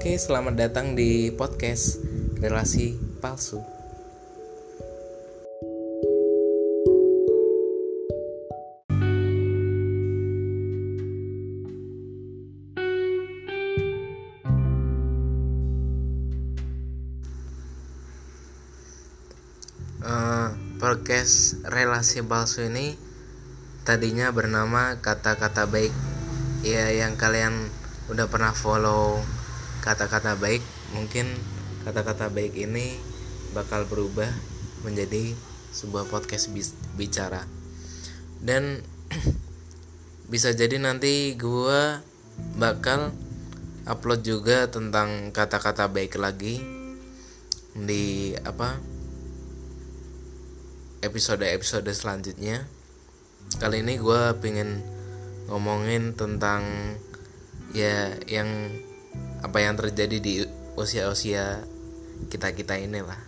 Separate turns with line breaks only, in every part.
Oke, selamat datang di podcast Relasi Palsu. Podcast Relasi Palsu ini tadinya bernama Kata-Kata Baik. Ya, yang kalian udah pernah follow Kata-Kata Baik, mungkin Kata-Kata Baik ini bakal berubah menjadi sebuah podcast bicara. Dan bisa jadi nanti gue bakal upload juga tentang kata-kata baik lagi di episode selanjutnya. Kali ini gue pengen ngomongin tentang yang apa yang terjadi di usia-usia kita ini lah.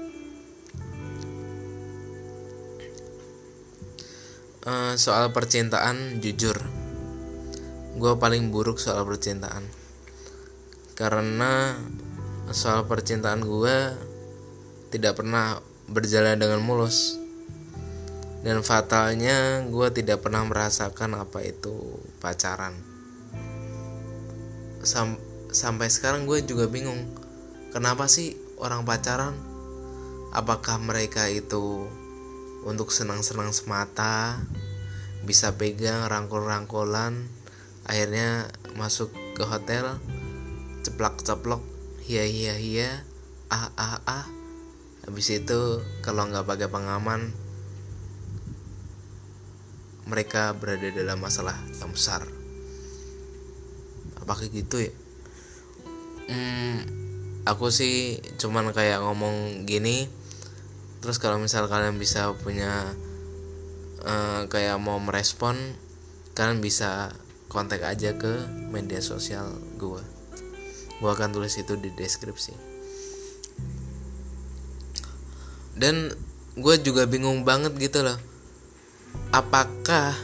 Soal percintaan, jujur gue paling buruk soal percintaan, karena soal percintaan gue tidak pernah berjalan dengan mulus. Dan fatalnya gue tidak pernah merasakan apa itu pacaran. Sampai sekarang gue juga bingung, kenapa sih orang pacaran? Apakah mereka itu untuk senang-senang semata, bisa pegang, rangkul-rangkulan, akhirnya masuk ke hotel, ceplak-ceplok, hia, habis itu kalau nggak pakai pengaman, mereka berada dalam masalah yang besar. Apakah gitu ya? Aku sih cuman kayak ngomong gini. Terus kalau misal kalian bisa punya kayak mau merespon, kalian bisa kontak aja ke media sosial gue akan tulis itu di deskripsi. Dan gue juga bingung banget gitu loh, apakah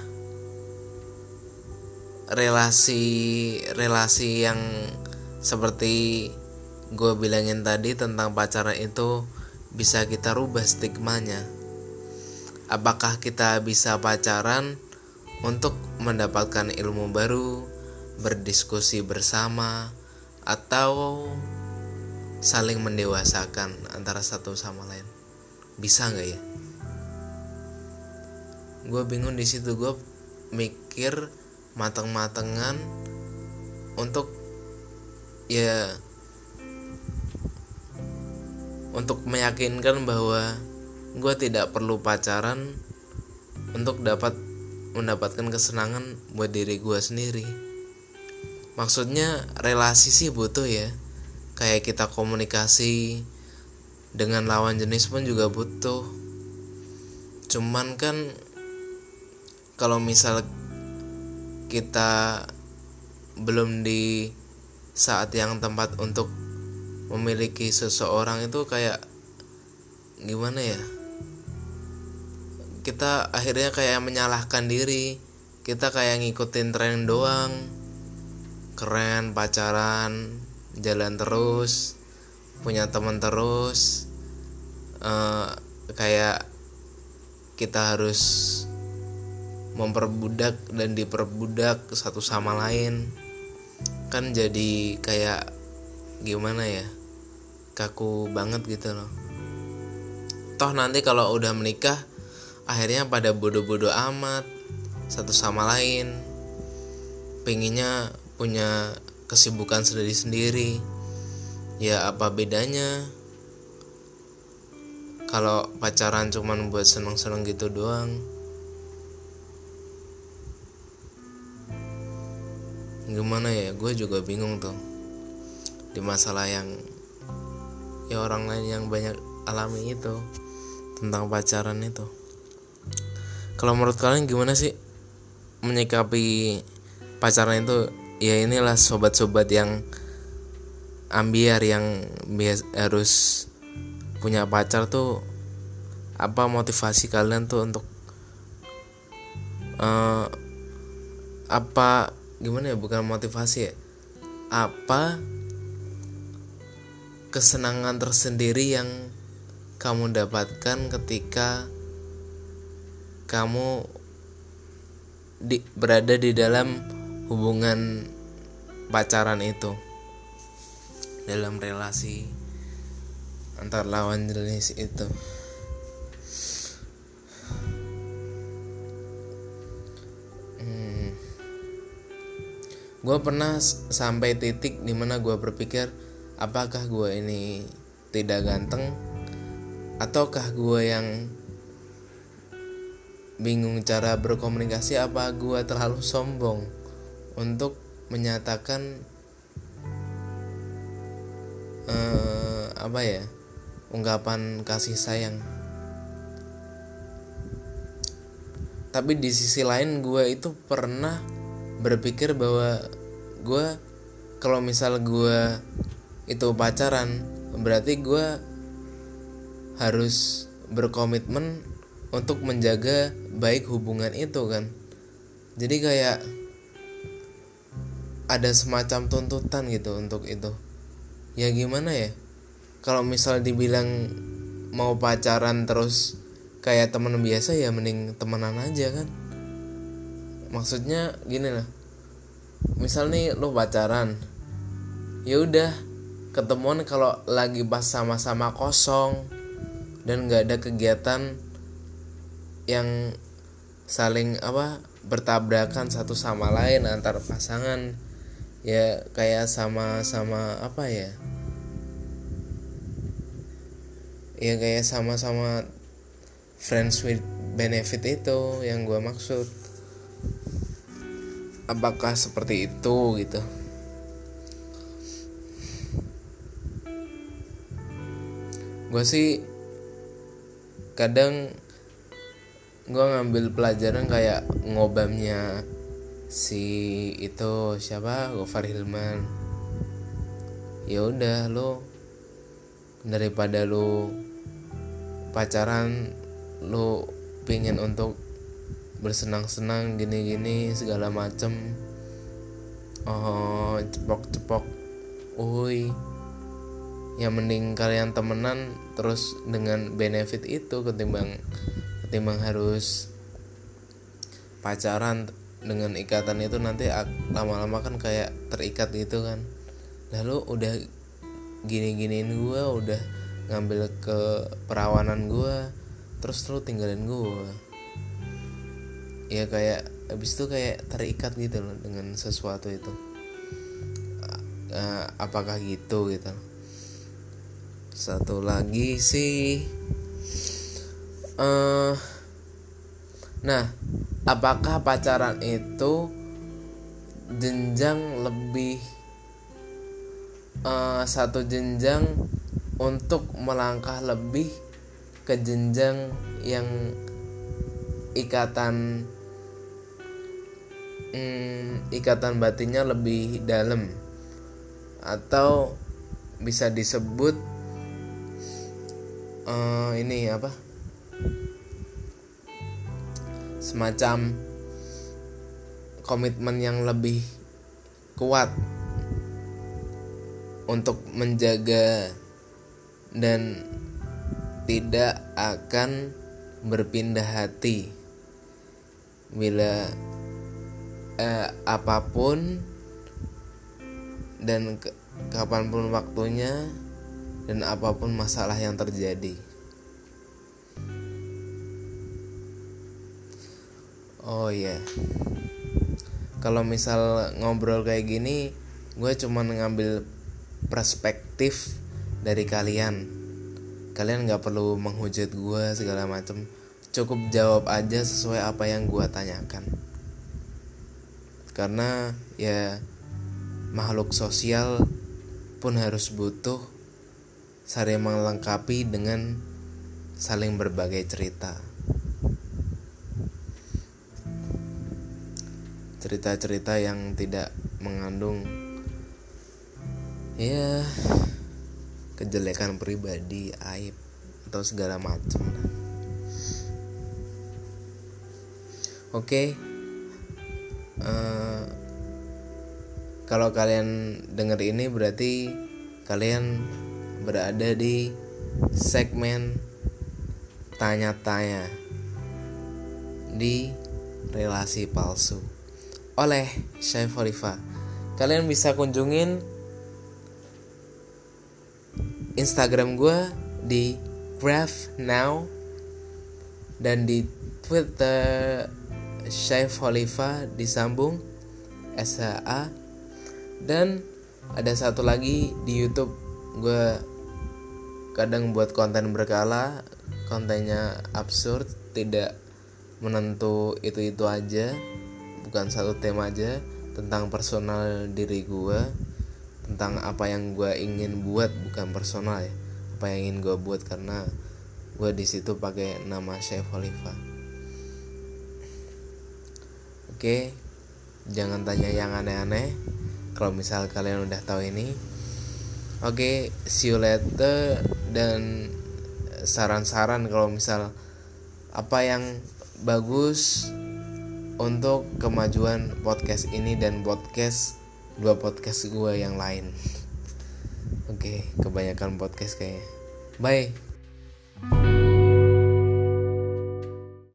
relasi yang seperti gue bilangin tadi tentang pacaran itu bisa kita rubah stigmanya? Apakah kita bisa pacaran untuk mendapatkan ilmu baru, berdiskusi bersama, atau saling mendewasakan antara satu sama lain? Bisa nggak ya? Gue bingung di situ. Gue mikir mateng-matengan untuk meyakinkan bahwa gue tidak perlu pacaran untuk mendapatkan kesenangan buat diri gue sendiri. Maksudnya relasi sih butuh ya, kayak kita komunikasi dengan lawan jenis pun juga butuh. Cuman kan kalau misal kita belum di saat yang tepat untuk memiliki seseorang, itu kayak gimana ya, kita akhirnya kayak menyalahkan diri. Kita kayak ngikutin tren doang, keren pacaran, jalan terus, punya teman terus, kayak kita harus memperbudak dan diperbudak satu sama lain. Kan jadi kayak gimana ya, kaku banget gitu loh. Toh nanti kalau udah menikah, akhirnya pada bodoh-bodoh amat satu sama lain, pengennya punya kesibukan sendiri-sendiri. Ya apa bedanya kalau pacaran cuman buat seneng-seneng gitu doang? Gimana ya, gue juga bingung tuh di masalah yang orang lain yang banyak alami itu, tentang pacaran itu. Kalau menurut kalian gimana sih menyikapi pacaran itu? Ya inilah sobat-sobat yang ambiar, yang harus punya pacar tuh. Apa motivasi kalian tuh untuk gimana ya, bukan motivasi ya, apa kesenangan tersendiri yang kamu dapatkan ketika kamu berada di dalam hubungan pacaran itu, dalam relasi antar lawan jenis itu. Gue pernah sampai titik dimana gue berpikir, apakah gue ini tidak ganteng, ataukah gue yang bingung cara berkomunikasi, apa gue terlalu sombong untuk menyatakan ungkapan kasih sayang. Tapi di sisi lain gue itu pernah berpikir bahwa gue, kalau misal gue itu pacaran, berarti gue harus berkomitmen untuk menjaga baik hubungan itu kan. Jadi kayak ada semacam tuntutan gitu untuk itu. Ya gimana ya, kalau misal dibilang mau pacaran terus kayak teman biasa, ya mending temenan aja kan. Maksudnya gini lah, misal nih lu pacaran, ya udah ketemuan kalau lagi pas sama-sama kosong dan nggak ada kegiatan yang saling bertabrakan satu sama lain antar pasangan, ya kayak sama-sama kayak sama-sama friends with benefit itu yang gue maksud. Apakah seperti itu gitu? Gue sih kadang gue ngambil pelajaran kayak ngobamnya si itu siapa, Gofar Hilman. Ya udah, lo daripada lo pacaran lo pingin untuk bersenang-senang gini-gini segala macem, cepok-cepok, ya mending kalian temenan terus dengan benefit itu ketimbang harus pacaran dengan ikatan itu. Nanti lama-lama kan kayak terikat gitu kan. Lalu udah gini-giniin gue, udah ngambil ke perawanan gue, terus lu tinggalin gue. Ya kayak abis itu kayak terikat gitu loh dengan sesuatu itu. Apakah gitu gitu. Satu lagi sih, nah, apakah pacaran itu jenjang lebih satu jenjang untuk melangkah lebih ke jenjang yang ikatan batinnya lebih dalam, atau bisa disebut semacam komitmen yang lebih kuat untuk menjaga dan tidak akan berpindah hati bila apapun dan kapanpun waktunya dan apapun masalah yang terjadi. Oh iya, kalau misal ngobrol kayak gini, gue cuma ngambil perspektif dari kalian. Kalian gak perlu menghujat gue segala macem, cukup jawab aja sesuai apa yang gue tanyakan. Karena ya makhluk sosial pun harus butuh saling melengkapi dengan saling berbagai cerita yang tidak mengandung ya kejelekan pribadi, aib atau segala macam. Oke. Kalau kalian denger ini berarti kalian berada di segmen tanya-tanya di relasi palsu oleh Syai Khalifa. Kalian bisa kunjungin Instagram gue di Graph Now dan di Twitter Syai Khalifa disambung SHA, dan ada satu lagi di YouTube. Gue kadang buat konten berkala, kontennya absurd, tidak menentu itu aja, bukan satu tema aja, tentang personal diri gue, tentang apa yang gue ingin buat, bukan personal ya, apa yang ingin gue buat, karena gue di situ pakai nama Syai Khalifa. Oke, jangan tanya yang aneh-aneh kalau misal kalian udah tahu ini. Oke, see you later. Dan saran-saran kalau misal apa yang bagus untuk kemajuan podcast ini dan dua podcast gue yang lain. Oke, kebanyakan podcast kayaknya. Bye.